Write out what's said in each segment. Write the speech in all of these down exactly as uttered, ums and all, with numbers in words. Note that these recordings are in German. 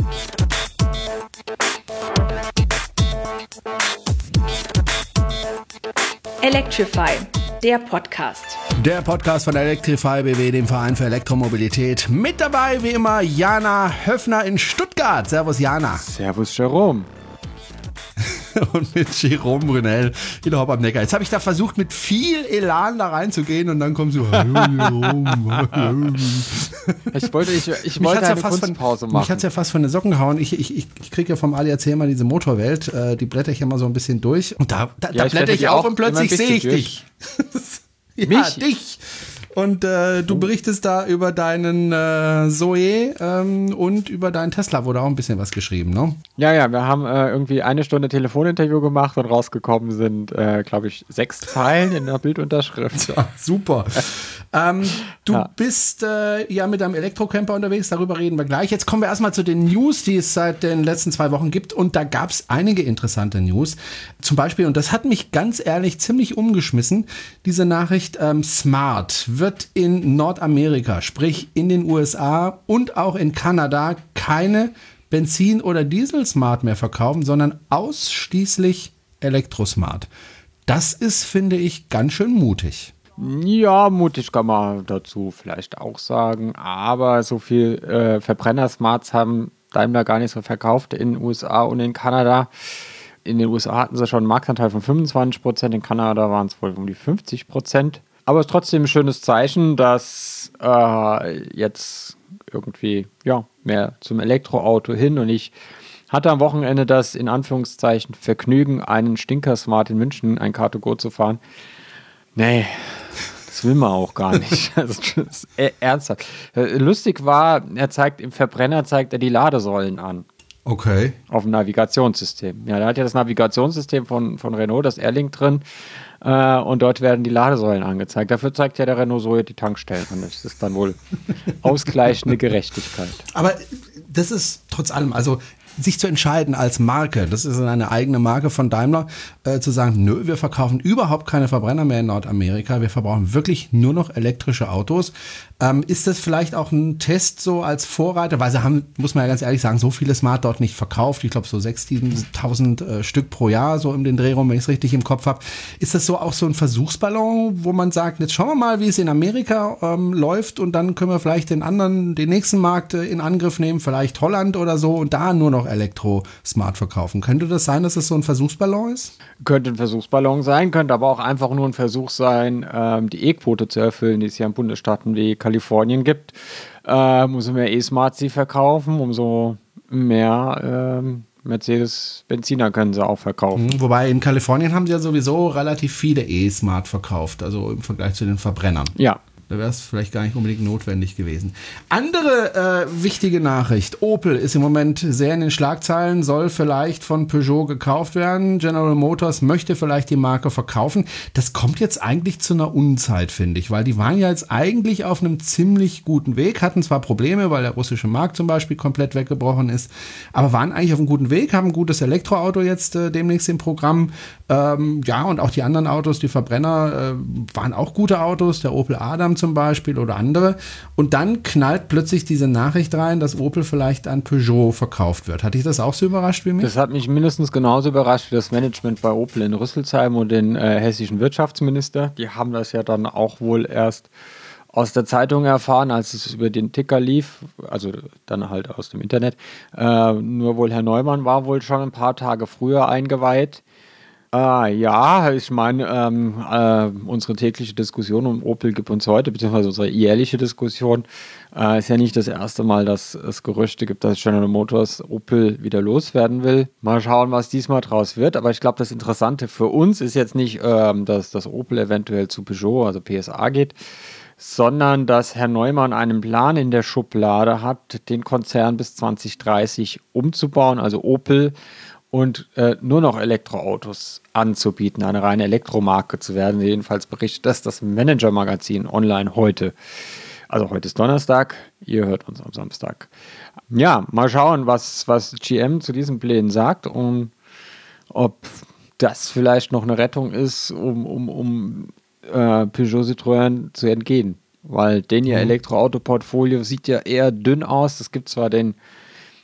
Electrify, der Podcast. Der Podcast von Electrify B W, dem Verein für Elektromobilität. Mit dabei wie immer Jana Höfner in Stuttgart. Servus Jana. Servus Jerome. Und mit Jerome Brunel in der Hop am Neckar. Jetzt habe ich da versucht, mit viel Elan da reinzugehen und dann kommt so, hallo Jerome. Ich wollte, ich, ich wollte eine ja Kunstpause von, machen. Mich hat es ja fast von den Socken gehauen. Ich, ich, ich, ich kriege ja vom Ali erzähl mal diese Motorwelt, äh, die blätter ich ja mal so ein bisschen durch. Und da, da, ja, da blätter ich auf und plötzlich sehe ich durch. dich. Ja, Mich? dich. Und äh, du berichtest da über deinen äh, Zoe ähm, und über deinen Tesla, wurde auch ein bisschen was geschrieben, ne? Ja, ja, wir haben äh, irgendwie eine Stunde Telefoninterview gemacht und rausgekommen sind, äh, glaube ich, sechs Zeilen in der Bildunterschrift. Ja, super. ähm, du ja. bist äh, ja mit einem Elektrocamper unterwegs, darüber reden wir gleich. Jetzt kommen wir erstmal zu den News, die es seit den letzten zwei Wochen gibt. Und da gab es einige interessante News. Zum Beispiel, und das hat mich ganz ehrlich ziemlich umgeschmissen, diese Nachricht, ähm, Smart wird in Nordamerika, sprich in den U S A und auch in Kanada keine Benzin- oder Diesel-Smart mehr verkaufen, sondern ausschließlich Elektrosmart. Das ist, finde ich, ganz schön mutig. Ja, mutig kann man dazu vielleicht auch sagen, aber so viel äh, Verbrenner-Smarts haben Daimler gar nicht so verkauft in den U S A und in Kanada. In den U S A hatten sie schon einen Marktanteil von fünfundzwanzig Prozent, in Kanada waren es wohl um die fünfzig Prozent. Aber es ist trotzdem ein schönes Zeichen, dass äh, jetzt irgendwie ja, mehr zum Elektroauto hin. Und ich hatte am Wochenende das in Anführungszeichen Vergnügen, einen Stinker-Smart in München, ein Car to Go zu fahren. Nee, das will man auch gar nicht. Das ist ernsthaft. Lustig war, er zeigt im Verbrenner zeigt er die Ladesäulen an. Okay. Auf dem Navigationssystem. Ja, da hat ja das Navigationssystem von, von Renault, das Airlink drin. Äh, und dort werden die Ladesäulen angezeigt. Dafür zeigt ja der Renault Zoe die Tankstellen an. Das ist dann wohl ausgleichende Gerechtigkeit. Aber das ist trotz allem, also sich zu entscheiden als Marke, das ist eine eigene Marke von Daimler, äh, zu sagen, nö, wir verkaufen überhaupt keine Verbrenner mehr in Nordamerika, wir verbrauchen wirklich nur noch elektrische Autos. Ähm, ist das vielleicht auch ein Test so als Vorreiter? Weil sie haben, muss man ja ganz ehrlich sagen, so viele Smart dort nicht verkauft. Ich glaube so sechstausend äh, Stück pro Jahr, so um den Dreh rum, wenn ich es richtig im Kopf habe. Ist das so auch so ein Versuchsballon, wo man sagt, jetzt schauen wir mal, wie es in Amerika ähm, läuft und dann können wir vielleicht den anderen, den nächsten Markt äh, in Angriff nehmen, vielleicht Holland oder so und da nur noch Elektro-Smart verkaufen. Könnte das sein, dass es so ein Versuchsballon ist? Könnte ein Versuchsballon sein, könnte aber auch einfach nur ein Versuch sein, ähm, die E-Quote zu erfüllen, die es ja in Bundesstaaten wie Kalifornien gibt. Ähm, umso mehr E-Smart sie verkaufen, umso mehr ähm, Mercedes-Benziner können sie auch verkaufen. Mhm, wobei in Kalifornien haben sie ja sowieso relativ viele E-Smart verkauft, also im Vergleich zu den Verbrennern. Ja. Da wäre es vielleicht gar nicht unbedingt notwendig gewesen. Andere äh, wichtige Nachricht. Opel ist im Moment sehr in den Schlagzeilen, soll vielleicht von Peugeot gekauft werden. General Motors möchte vielleicht die Marke verkaufen. Das kommt jetzt eigentlich zu einer Unzeit, finde ich, weil die waren ja jetzt eigentlich auf einem ziemlich guten Weg, hatten zwar Probleme, weil der russische Markt zum Beispiel komplett weggebrochen ist, aber waren eigentlich auf einem guten Weg, haben ein gutes Elektroauto jetzt äh, demnächst im Programm. Ähm, ja, und auch die anderen Autos, die Verbrenner, äh, waren auch gute Autos, der Opel Adam zum Beispiel oder andere. Und dann knallt plötzlich diese Nachricht rein, dass Opel vielleicht an Peugeot verkauft wird. Hat dich das auch so überrascht wie mich? Das hat mich mindestens genauso überrascht wie das Management bei Opel in Rüsselsheim und den äh, hessischen Wirtschaftsminister. Die haben das ja dann auch wohl erst aus der Zeitung erfahren, als es über den Ticker lief, also dann halt aus dem Internet. Äh, nur wohl Herr Neumann war wohl schon ein paar Tage früher eingeweiht. Äh, ja, ich meine, ähm, äh, unsere tägliche Diskussion um Opel gibt uns heute, beziehungsweise unsere jährliche Diskussion, äh, ist ja nicht das erste Mal, dass es Gerüchte gibt, dass General Motors Opel wieder loswerden will. Mal schauen, was diesmal draus wird. Aber ich glaube, das Interessante für uns ist jetzt nicht, ähm, dass das Opel eventuell zu Peugeot, also P S A geht, sondern dass Herr Neumann einen Plan in der Schublade hat, den Konzern bis zwanzig dreißig umzubauen, also Opel, und äh, nur noch Elektroautos anzubieten, eine reine Elektromarke zu werden. Jedenfalls berichtet das das Manager-Magazin online heute. Also heute ist Donnerstag, ihr hört uns am Samstag. Ja, mal schauen, was, was G M zu diesen Plänen sagt und ob das vielleicht noch eine Rettung ist, um, um, um äh, Peugeot Citroën zu entgehen. Weil denn ihr Elektroauto-Portfolio sieht ja eher dünn aus. Es gibt zwar den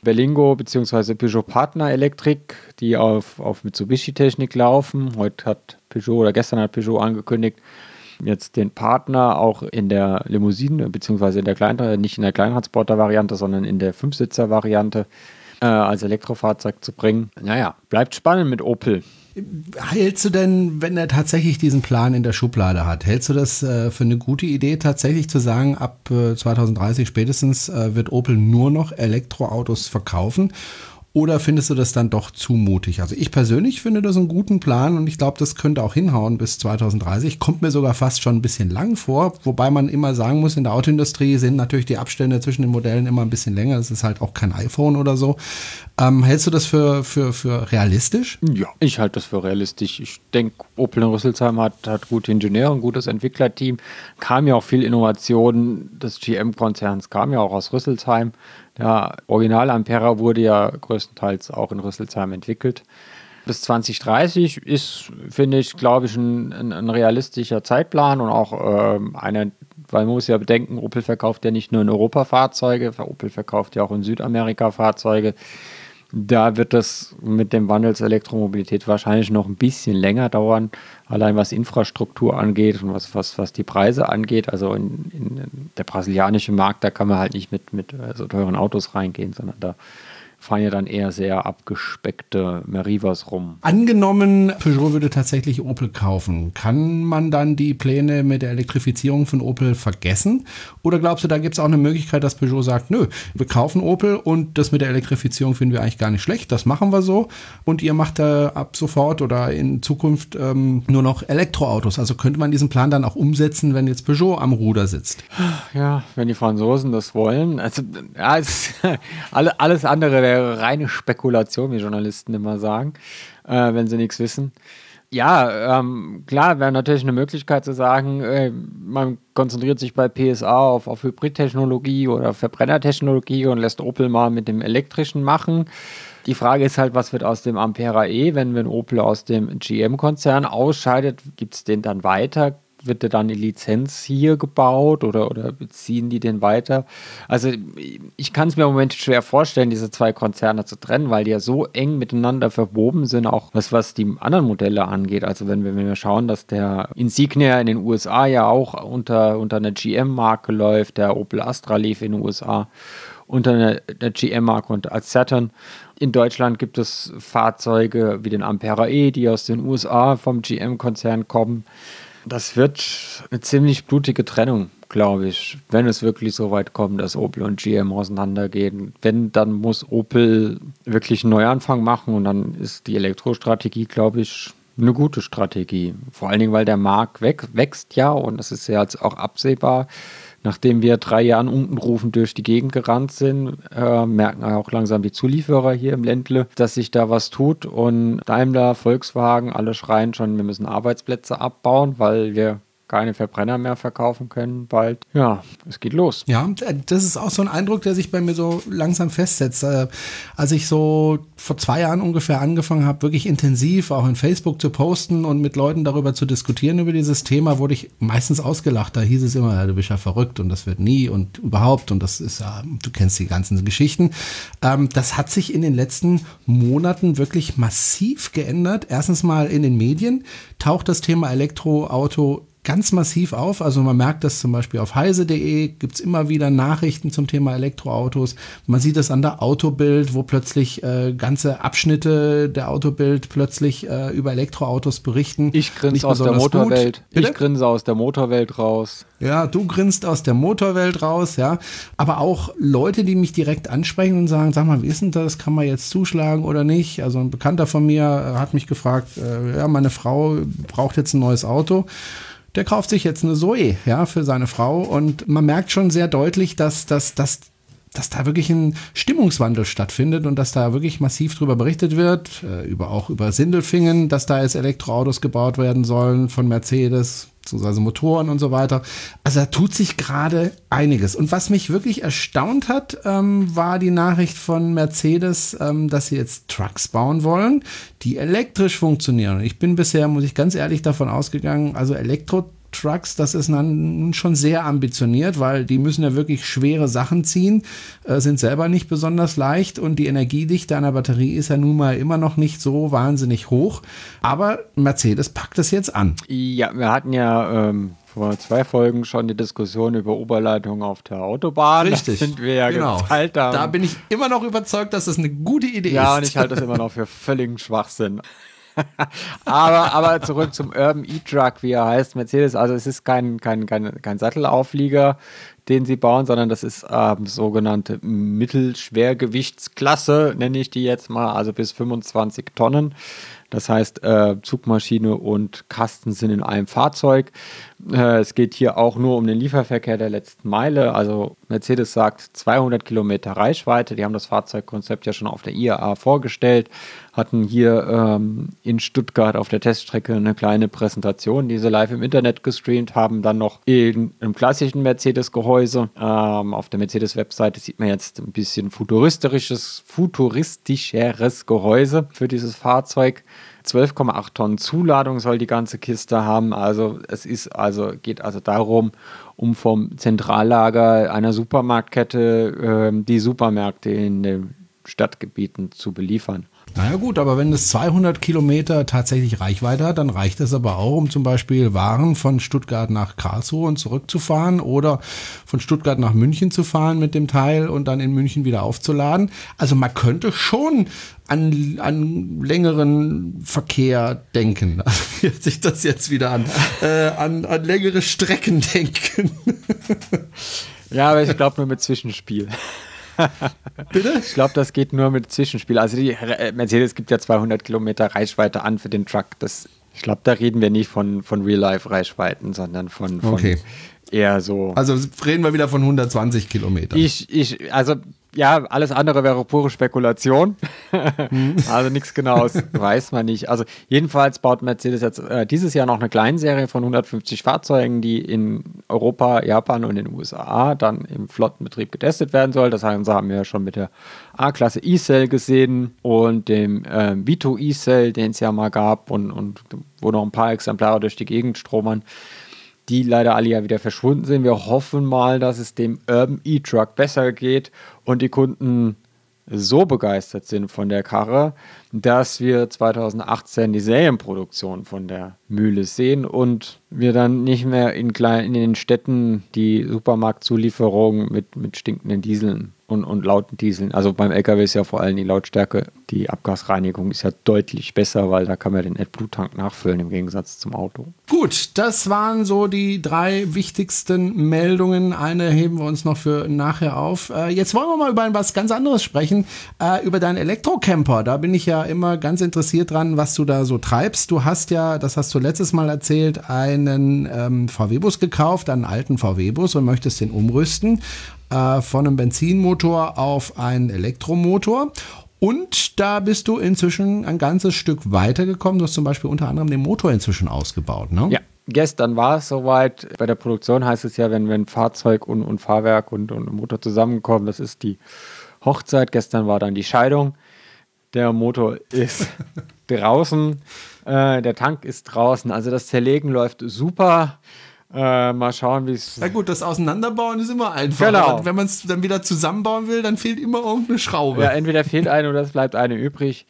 Berlingo bzw. Peugeot Partner Elektrik, die auf, auf Mitsubishi-Technik laufen. Heute hat Peugeot oder gestern hat Peugeot angekündigt, jetzt den Partner auch in der Limousine bzw. in der Klein, nicht in der Kleintransporter-Variante, sondern in der Fünfsitzer-Variante äh, als Elektrofahrzeug zu bringen. Naja, bleibt spannend mit Opel. Hältst du denn, wenn er tatsächlich diesen Plan in der Schublade hat, hältst du das äh, für eine gute Idee, tatsächlich zu sagen, ab äh, zwanzig dreißig spätestens äh, wird Opel nur noch Elektroautos verkaufen? Oder findest du das dann doch zu mutig? Also ich persönlich finde das einen guten Plan und ich glaube, das könnte auch hinhauen bis zwanzig dreißig. Kommt mir sogar fast schon ein bisschen lang vor, wobei man immer sagen muss, in der Autoindustrie sind natürlich die Abstände zwischen den Modellen immer ein bisschen länger. Es ist halt auch kein iPhone oder so. Ähm, hältst du das für, für, für realistisch? Ja, ich halte das für realistisch. Ich denke, Opel in Rüsselsheim hat, hat gute Ingenieure, ein gutes Entwicklerteam. Kam ja auch viel Innovation des G M-Konzerns, kam ja auch aus Rüsselsheim. Der Original Ampera wurde ja größtenteils auch in Rüsselsheim entwickelt. Bis zwanzig dreißig ist, finde ich, glaube ich, ein, ein, ein realistischer Zeitplan und auch ähm, einer, weil man muss ja bedenken, Opel verkauft ja nicht nur in Europa Fahrzeuge, Opel verkauft ja auch in Südamerika Fahrzeuge. Da wird das mit dem Wandel zur Elektromobilität wahrscheinlich noch ein bisschen länger dauern, allein was Infrastruktur angeht und was, was, was die Preise angeht. Also in, in der brasilianische Markt, da kann man halt nicht mit, mit so teuren Autos reingehen, sondern da fahren ja dann eher sehr abgespeckte Merivas rum. Angenommen, Peugeot würde tatsächlich Opel kaufen. Kann man dann die Pläne mit der Elektrifizierung von Opel vergessen? Oder glaubst du, da gibt es auch eine Möglichkeit, dass Peugeot sagt, nö, wir kaufen Opel und das mit der Elektrifizierung finden wir eigentlich gar nicht schlecht, das machen wir so und ihr macht da ab sofort oder in Zukunft ähm, nur noch Elektroautos. Also könnte man diesen Plan dann auch umsetzen, wenn jetzt Peugeot am Ruder sitzt? Ja, wenn die Franzosen das wollen. Also ja, es, alle, alles andere wäre reine Spekulation, wie Journalisten immer sagen, äh, wenn sie nichts wissen. Ja, ähm, klar, wäre natürlich eine Möglichkeit zu sagen, äh, man konzentriert sich bei P S A auf, auf Hybridtechnologie oder Verbrennertechnologie und lässt Opel mal mit dem Elektrischen machen. Die Frage ist halt, was wird aus dem Ampera E, wenn, wenn Opel aus dem G M-Konzern ausscheidet, gibt es den dann weiter? Wird da dann die Lizenz hier gebaut oder, oder beziehen die den weiter? Also ich kann es mir im Moment schwer vorstellen, diese zwei Konzerne zu trennen, weil die ja so eng miteinander verwoben sind, auch was, was die anderen Modelle angeht. Also wenn wir, wenn wir schauen, dass der Insignia in den U S A ja auch unter, unter einer G M-Marke läuft, der Opel Astra lief in den U S A unter einer, einer G M-Marke und als Saturn. In Deutschland gibt es Fahrzeuge wie den Ampera E, die aus den U S A vom G M-Konzern kommen. Das wird eine ziemlich blutige Trennung, glaube ich, wenn es wirklich so weit kommt, dass Opel und G M auseinandergehen. Wenn, dann muss Opel wirklich einen Neuanfang machen und dann ist die Elektrostrategie, glaube ich, eine gute Strategie. Vor allen Dingen, weil der Markt weg, wächst ja und das ist ja jetzt auch absehbar. Nachdem wir drei Jahre untenrufend durch die Gegend gerannt sind, äh, merken auch langsam die Zulieferer hier im Ländle, dass sich da was tut. Und Daimler, Volkswagen, alle schreien schon, wir müssen Arbeitsplätze abbauen, weil wir keine Verbrenner mehr verkaufen können bald. Ja, es geht los. Ja, das ist auch so ein Eindruck, der sich bei mir so langsam festsetzt. Als ich so vor zwei Jahren ungefähr angefangen habe, wirklich intensiv auch in Facebook zu posten und mit Leuten darüber zu diskutieren über dieses Thema, wurde ich meistens ausgelacht. Da hieß es immer, ja, du bist ja verrückt und das wird nie und überhaupt und das ist ja, du kennst die ganzen Geschichten. Das hat sich in den letzten Monaten wirklich massiv geändert. Erstens mal in den Medien taucht das Thema Elektroauto ganz massiv auf. Also man merkt das zum Beispiel auf heise punkt de, gibt es immer wieder Nachrichten zum Thema Elektroautos. Man sieht das an der Autobild, wo plötzlich äh, ganze Abschnitte der Autobild plötzlich äh, über Elektroautos berichten. Ich grinse aus der Motorwelt. Ich grinse aus der Motorwelt raus. Ja, du grinst aus der Motorwelt raus, ja. Aber auch Leute, die mich direkt ansprechen und sagen, sag mal, wie ist denn das? Kann man jetzt zuschlagen oder nicht? Also ein Bekannter von mir hat mich gefragt, äh, ja, meine Frau braucht jetzt ein neues Auto. Der kauft sich jetzt eine Zoe, ja, für seine Frau und man merkt schon sehr deutlich, dass, dass, dass, dass da wirklich ein Stimmungswandel stattfindet und dass da wirklich massiv drüber berichtet wird, äh, über, auch über Sindelfingen, dass da jetzt Elektroautos gebaut werden sollen von Mercedes, beziehungsweise Motoren und so weiter. Also da tut sich gerade einiges. Und was mich wirklich erstaunt hat, ähm, war die Nachricht von Mercedes, ähm, dass sie jetzt Trucks bauen wollen, die elektrisch funktionieren. Ich bin bisher, muss ich ganz ehrlich davon ausgegangen, also Elektrotrucks Trucks, das ist dann schon sehr ambitioniert, weil die müssen ja wirklich schwere Sachen ziehen, äh, sind selber nicht besonders leicht und die Energiedichte einer Batterie ist ja nun mal immer noch nicht so wahnsinnig hoch. Aber Mercedes packt es jetzt an. Ja, wir hatten ja ähm, vor zwei Folgen schon die Diskussion über Oberleitungen auf der Autobahn. Richtig. Da sind wir ja genau. geteilt. Da, da bin ich immer noch überzeugt, dass das eine gute Idee ja, ist. Ja, und ich halte das immer noch für völligen Schwachsinn. aber, aber zurück zum Urban E-Truck, wie er heißt, Mercedes. Also es ist kein, kein, kein, kein Sattelauflieger, den sie bauen, sondern das ist ähm, sogenannte Mittelschwergewichtsklasse, nenne ich die jetzt mal, also bis fünfundzwanzig Tonnen. Das heißt, äh, Zugmaschine und Kasten sind in einem Fahrzeug. Äh, es geht hier auch nur um den Lieferverkehr der letzten Meile. Also Mercedes sagt zweihundert Kilometer Reichweite. Die haben das Fahrzeugkonzept ja schon auf der I A A vorgestellt, hatten hier ähm, in Stuttgart auf der Teststrecke eine kleine Präsentation, die sie live im Internet gestreamt haben. Dann noch in einem klassischen Mercedes-Gehäuse. Ähm, auf der Mercedes-Webseite sieht man jetzt ein bisschen futuristisches, futuristischeres Gehäuse für dieses Fahrzeug. zwölf Komma acht Tonnen Zuladung soll die ganze Kiste haben. Also es ist also, geht also darum, um vom Zentrallager einer Supermarktkette äh, die Supermärkte in den Stadtgebieten zu beliefern. Naja gut, aber wenn es zweihundert Kilometer tatsächlich Reichweite hat, dann reicht es aber auch, um zum Beispiel Waren von Stuttgart nach Karlsruhe und zurückzufahren oder von Stuttgart nach München zu fahren mit dem Teil und dann in München wieder aufzuladen. Also man könnte schon an, an längeren Verkehr denken. Also wie hört sich das jetzt wieder an? äh, an, an längere Strecken denken. Ja, aber ich glaube nur mit Zwischenspiel. Bitte? Ich glaube, das geht nur mit Zwischenspiel. Also die Mercedes gibt ja zweihundert Kilometer Reichweite an für den Truck. Das, ich glaube, da reden wir nicht von, von Real-Life-Reichweiten, sondern von, von okay. eher so. Also reden wir wieder von hundertzwanzig Kilometern. Ich, ich, also ja, alles andere wäre pure Spekulation. Mhm. Also nichts Genaues weiß man nicht. Also jedenfalls baut Mercedes jetzt äh, dieses Jahr noch eine Kleinserie von hundertfünfzig Fahrzeugen, die in Europa, Japan und in den U S A dann im Flottenbetrieb getestet werden soll. Das haben wir ja schon mit der A-Klasse E-Cell gesehen und dem äh, Vito E-Cell, den es ja mal gab und, und wo noch ein paar Exemplare durch die Gegend stromern, die leider alle ja wieder verschwunden sind. Wir hoffen mal, dass es dem Urban E-Truck besser geht und die Kunden so begeistert sind von der Karre, dass wir zweitausendachtzehn die Serienproduktion von der Mühle sehen und wir dann nicht mehr in, klein, in den Städten die Supermarktzulieferung mit, mit stinkenden Dieseln und, und lauten Dieseln. Also beim L K W ist ja vor allem die Lautstärke, die Abgasreinigung ist ja deutlich besser, weil da kann man den AdBlue-Tank nachfüllen im Gegensatz zum Auto. Gut, das waren so die drei wichtigsten Meldungen. Eine heben wir uns noch für nachher auf. Äh, jetzt wollen wir mal über was ganz anderes sprechen, äh, über deinen Elektrocamper. Da bin ich ja immer ganz interessiert dran, was du da so treibst. Du hast ja, das hast du letztes Mal erzählt, einen ähm, V W-Bus gekauft, einen alten V W-Bus und möchtest den umrüsten äh, von einem Benzinmotor auf einen Elektromotor. Und da bist du inzwischen ein ganzes Stück weitergekommen. Du hast zum Beispiel unter anderem den Motor inzwischen ausgebaut, ne? Ja, gestern war es soweit. Bei der Produktion heißt es ja, wenn, wenn Fahrzeug und, und Fahrwerk und, und Motor zusammenkommen, das ist die Hochzeit. Gestern war dann die Scheidung. Der Motor ist draußen, äh, der Tank ist draußen. Also das Zerlegen läuft super. Äh, mal schauen, wie es... Na gut, das Auseinanderbauen ist immer einfach. Genau. Wenn man es dann wieder zusammenbauen will, dann fehlt immer irgendeine Schraube. Ja, entweder fehlt eine oder es bleibt eine übrig.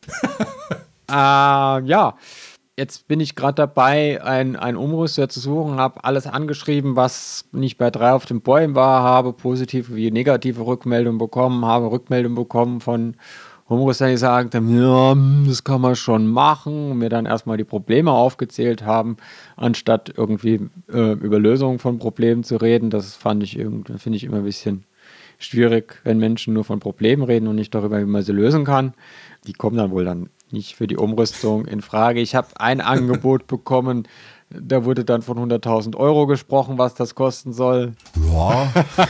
äh, ja, jetzt bin ich gerade dabei, ein, ein Umrüster zu suchen, habe alles angeschrieben, was nicht bei drei auf den Bäumen war, habe positive wie negative Rückmeldungen bekommen, habe Rückmeldungen bekommen von Umrüster, die gesagt haben, ja, das kann man schon machen, und mir dann erstmal die Probleme aufgezählt haben, anstatt irgendwie äh, über Lösungen von Problemen zu reden. Das fand ich irgendwie, finde ich immer ein bisschen schwierig, wenn Menschen nur von Problemen reden und nicht darüber, wie man sie lösen kann. Die kommen dann wohl dann nicht für die Umrüstung in Frage. Ich habe ein Angebot bekommen, da wurde dann von hunderttausend Euro gesprochen, was das kosten soll. Ja.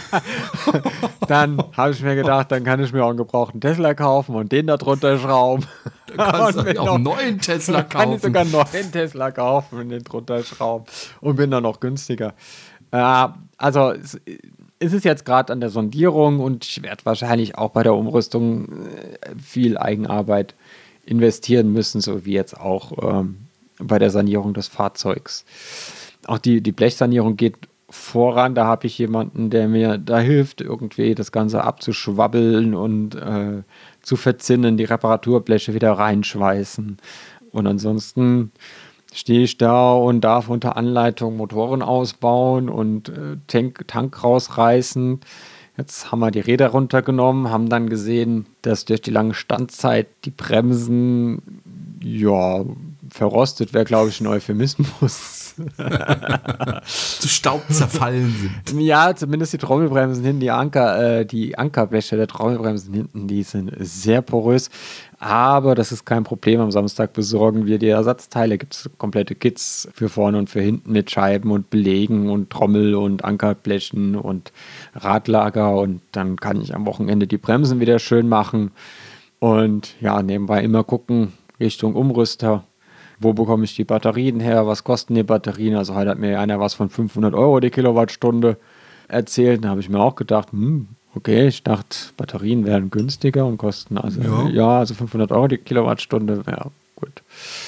Dann habe ich mir gedacht, dann kann ich mir auch einen gebrauchten Tesla kaufen und den da drunter schrauben. Dann kannst du auch einen neuen Tesla kaufen. Kann ich sogar einen neuen Tesla kaufen und den drunter schrauben und bin dann noch günstiger. Äh, also es, es ist jetzt gerade an der Sondierung und ich werde wahrscheinlich auch bei der Umrüstung viel Eigenarbeit investieren müssen, so wie jetzt auch ähm, bei der Sanierung des Fahrzeugs. auch die, die Blechsanierung geht voran. Da habe ich jemanden, der mir da hilft, irgendwie das Ganze abzuschwabbeln und äh, zu verzinnen, die Reparaturbleche wieder reinschweißen. Und ansonsten stehe ich da und darf unter Anleitung Motoren ausbauen und äh, Tank, Tank rausreißen. Jetzt haben wir die Räder runtergenommen, haben dann gesehen, dass durch die lange Standzeit die Bremsen, ja, verrostet wäre, glaube ich, ein Euphemismus. Zu Staub zerfallen sind. Ja, zumindest die Trommelbremsen hinten, die Anker, äh, die Ankerbleche der Trommelbremsen hinten, die sind sehr porös. Aber das ist kein Problem. Am Samstag besorgen wir die Ersatzteile. Gibt es komplette Kits für vorne und für hinten mit Scheiben und Belegen und Trommel und Ankerblechen und Radlager. Und dann kann ich am Wochenende die Bremsen wieder schön machen. Und ja, nebenbei immer gucken Richtung Umrüster. Wo bekomme ich die Batterien her? Was kosten die Batterien? Also heute hat mir einer was von fünfhundert Euro die Kilowattstunde erzählt. Da habe ich mir auch gedacht, hm, okay, ich dachte, Batterien wären günstiger und kosten also, ja, ja also fünfhundert Euro die Kilowattstunde. Ja, gut.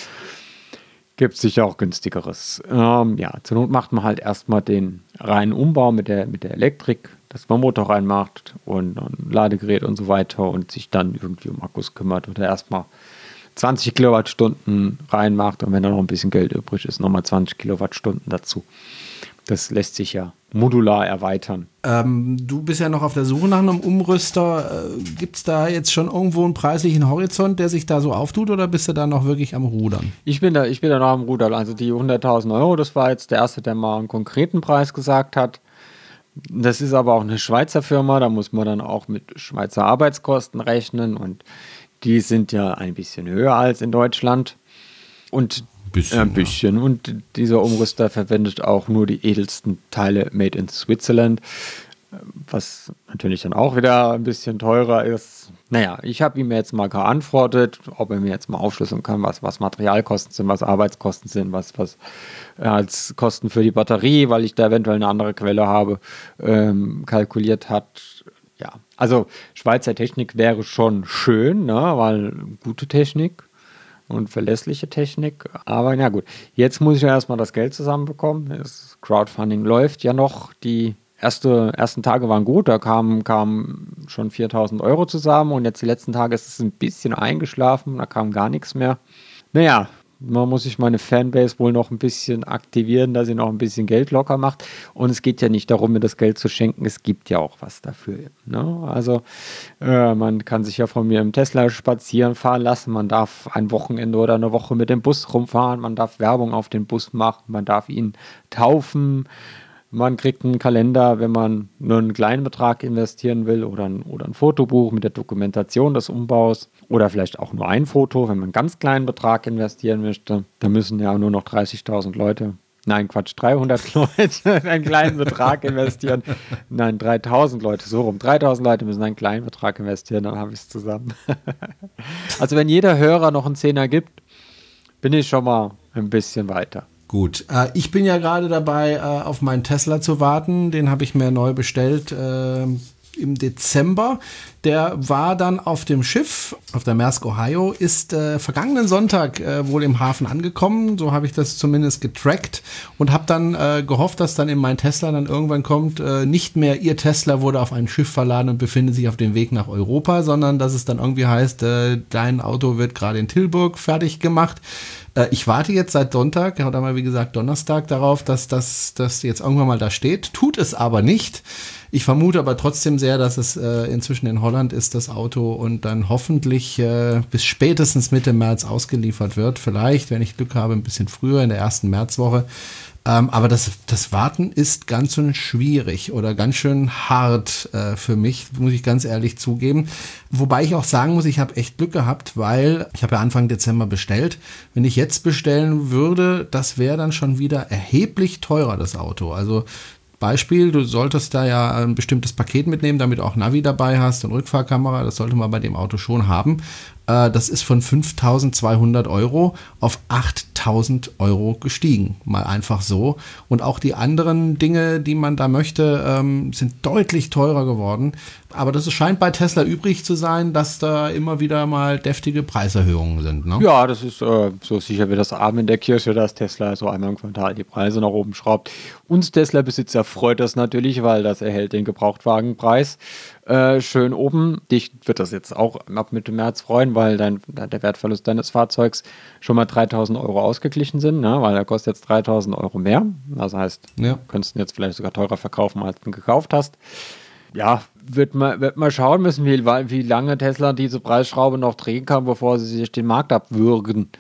Gibt es sicher auch günstigeres. Ähm, ja, zur Not macht man halt erstmal den reinen Umbau mit der, mit der Elektrik, dass man Motor reinmacht und ein Ladegerät und so weiter und sich dann irgendwie um Akkus kümmert oder erstmal zwanzig Kilowattstunden reinmacht und wenn da noch ein bisschen Geld übrig ist, nochmal zwanzig Kilowattstunden dazu. Das lässt sich ja modular erweitern. Ähm, du bist ja noch auf der Suche nach einem Umrüster. Äh, Gibt es da jetzt schon irgendwo einen preislichen Horizont, der sich da so auftut oder bist du da noch wirklich am Rudern? Ich bin da, ich bin da noch am Rudern. Also die hunderttausend Euro, das war jetzt der erste, der mal einen konkreten Preis gesagt hat. Das ist aber auch eine Schweizer Firma, da muss man dann auch mit Schweizer Arbeitskosten rechnen und die sind ja ein bisschen höher als in Deutschland. Und bisschen, ein bisschen. Ja. Und dieser Umrüster verwendet auch nur die edelsten Teile made in Switzerland, was natürlich dann auch wieder ein bisschen teurer ist. Naja, ich habe ihm jetzt mal geantwortet, ob er mir jetzt mal aufschlüsseln kann, was, was Materialkosten sind, was Arbeitskosten sind, was, was als Kosten für die Batterie, weil ich da eventuell eine andere Quelle habe, ähm, kalkuliert hat. Ja, also Schweizer Technik wäre schon schön, ne, weil gute Technik und verlässliche Technik. Aber na gut, jetzt muss ich ja erstmal das Geld zusammenbekommen. Das Crowdfunding läuft ja noch. Die erste, ersten Tage waren gut, da kamen kam schon viertausend Euro zusammen und jetzt die letzten Tage ist es ein bisschen eingeschlafen, da kam gar nichts mehr. Naja, man muss sich meine Fanbase wohl noch ein bisschen aktivieren, dass sie noch ein bisschen Geld locker macht. Und es geht ja nicht darum, mir das Geld zu schenken. Es gibt ja auch was dafür. Ne? Also äh, man kann sich ja von mir im Tesla spazieren fahren lassen. Man darf ein Wochenende oder eine Woche mit dem Bus rumfahren. Man darf Werbung auf den Bus machen. Man darf ihn taufen. Man kriegt einen Kalender, wenn man nur einen kleinen Betrag investieren will oder ein, oder ein Fotobuch mit der Dokumentation des Umbaus oder vielleicht auch nur ein Foto, wenn man einen ganz kleinen Betrag investieren möchte. Da müssen ja nur noch dreißigtausend Leute, nein Quatsch, dreihundert Leute einen kleinen Betrag investieren. Nein, dreitausend Leute, so rum. dreitausend Leute müssen einen kleinen Betrag investieren, dann habe ich es zusammen. Also wenn jeder Hörer noch einen Zehner gibt, bin ich schon mal ein bisschen weiter. Gut, äh, ich bin ja gerade dabei, äh, auf meinen Tesla zu warten. Den habe ich mir neu bestellt äh, im Dezember. Der war dann auf dem Schiff, auf der Maersk Ohio, ist äh, vergangenen Sonntag äh, wohl im Hafen angekommen. So habe ich das zumindest getrackt und habe dann äh, gehofft, dass dann in mein Tesla dann irgendwann kommt, äh, nicht mehr Ihr Tesla wurde auf ein Schiff verladen und befindet sich auf dem Weg nach Europa, sondern dass es dann irgendwie heißt, äh, dein Auto wird gerade in Tilburg fertig gemacht. Ich warte jetzt seit Sonntag, oder mal wie gesagt Donnerstag, darauf, dass das dass jetzt irgendwann mal da steht. Tut es aber nicht. Ich vermute aber trotzdem sehr, dass es äh, inzwischen in Holland ist, das Auto, und dann hoffentlich äh, bis spätestens Mitte März ausgeliefert wird. Vielleicht, wenn ich Glück habe, ein bisschen früher in der ersten Märzwoche. Ähm, aber das, das Warten ist ganz schön schwierig oder ganz schön hart äh, für mich, muss ich ganz ehrlich zugeben. Wobei ich auch sagen muss, ich habe echt Glück gehabt, weil ich habe ja Anfang Dezember bestellt. Wenn ich jetzt bestellen würde, das wäre dann schon wieder erheblich teurer, das Auto. Also Beispiel, du solltest da ja ein bestimmtes Paket mitnehmen, damit du auch Navi dabei hast und Rückfahrkamera, das sollte man bei dem Auto schon haben. Äh, das ist von fünftausendzweihundert Euro auf achttausend Euro gestiegen, mal einfach so. Und auch die anderen Dinge, die man da möchte, ähm, sind deutlich teurer geworden. Aber das scheint bei Tesla übrig zu sein, dass da immer wieder mal deftige Preiserhöhungen sind. Ne? Ja, das ist äh, so sicher wie das Abend in der Kirche, dass Tesla so einmal im Quartal die Preise nach oben schraubt. Uns Tesla-Besitzer freut das natürlich, weil das erhält den Gebrauchtwagenpreis äh, schön oben. Dich wird das jetzt auch ab Mitte März freuen, weil dein, der Wertverlust deines Fahrzeugs schon mal dreitausend Euro ausgeglichen sind, ne? Weil er kostet jetzt dreitausend Euro mehr. Das heißt, ja. Du könntest ihn jetzt vielleicht sogar teurer verkaufen, als du ihn gekauft hast. Ja, wird man, wird man schauen müssen, wie, wie lange Tesla diese Preisschraube noch drehen kann, bevor sie sich den Markt abwürgen.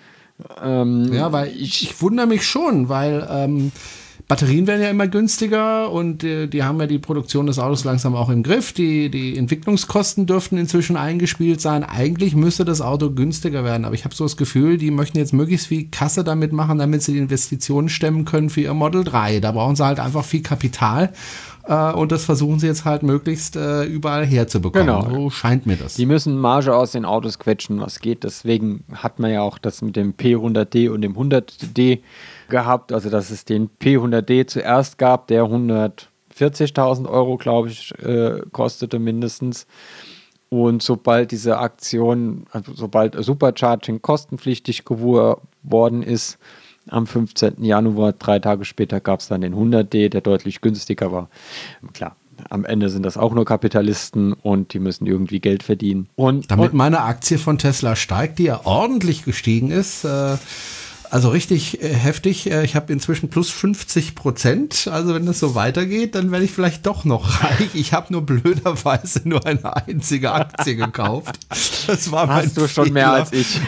Ähm, ja, weil ich, ich wundere mich schon, weil ähm, Batterien werden ja immer günstiger und äh, die haben ja die Produktion des Autos langsam auch im Griff. Die, die Entwicklungskosten dürften inzwischen eingespielt sein. Eigentlich müsste das Auto günstiger werden, aber ich habe so das Gefühl, die möchten jetzt möglichst viel Kasse damit machen, damit sie die Investitionen stemmen können für ihr Model drei. Da brauchen sie halt einfach viel Kapital. Und das versuchen sie jetzt halt möglichst äh, überall herzubekommen. Genau. So scheint mir das. Die müssen Marge aus den Autos quetschen, was geht. Deswegen hat man ja auch das mit dem P hundert D und dem hundert D gehabt. Also, dass es den P hundert D zuerst gab, der hundertvierzigtausend Euro, glaube ich, äh, kostete mindestens. Und sobald diese Aktion, also sobald Supercharging kostenpflichtig geworden ist, am fünfzehnten Januar, drei Tage später, gab es dann den hundert D, der deutlich günstiger war. Klar, am Ende sind das auch nur Kapitalisten und die müssen irgendwie Geld verdienen. Und damit und meine Aktie von Tesla steigt, die ja ordentlich gestiegen ist, äh, also richtig äh, heftig. Äh, ich habe inzwischen plus fünfzig Prozent. Also wenn das so weitergeht, dann werde ich vielleicht doch noch reich. Ich habe nur blöderweise nur eine einzige Aktie gekauft. Das war mein Hast du schon Fehler. Mehr als ich.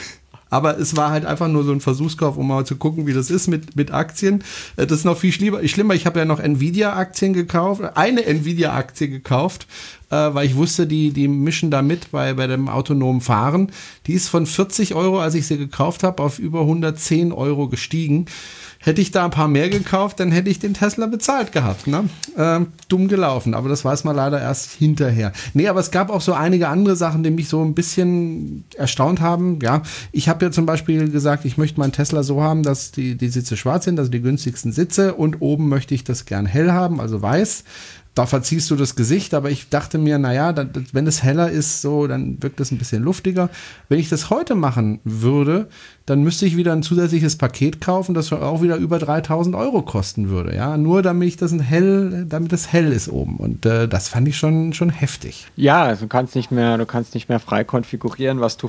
Aber es war halt einfach nur so ein Versuchskauf, um mal zu gucken, wie das ist mit, mit Aktien. Das ist noch viel schlimmer. schlimmer. Ich habe ja noch Nvidia-Aktien gekauft, eine Nvidia-Aktie gekauft, äh, weil ich wusste, die, die mischen da mit bei, bei dem autonomen Fahren. Die ist von vierzig Euro, als ich sie gekauft habe, auf über hundertzehn Euro gestiegen. Hätte ich da ein paar mehr gekauft, dann hätte ich den Tesla bezahlt gehabt. Ne? Ähm, dumm gelaufen, aber das weiß man leider erst hinterher. Nee, aber es gab auch so einige andere Sachen, die mich so ein bisschen erstaunt haben. Ja, ich habe ja zum Beispiel gesagt, ich möchte meinen Tesla so haben, dass die, die Sitze schwarz sind, also die günstigsten Sitze, und oben möchte ich das gern hell haben, also weiß. Da verziehst du das Gesicht, aber ich dachte mir, naja, wenn es heller ist, so, dann wirkt es ein bisschen luftiger. Wenn ich das heute machen würde, dann müsste ich wieder ein zusätzliches Paket kaufen, das auch wieder über dreitausend Euro kosten würde, ja, nur damit ich das hell, damit es hell ist oben. Und äh, das fand ich schon, schon heftig. Ja, also du kannst nicht mehr, du kannst nicht mehr frei konfigurieren, was du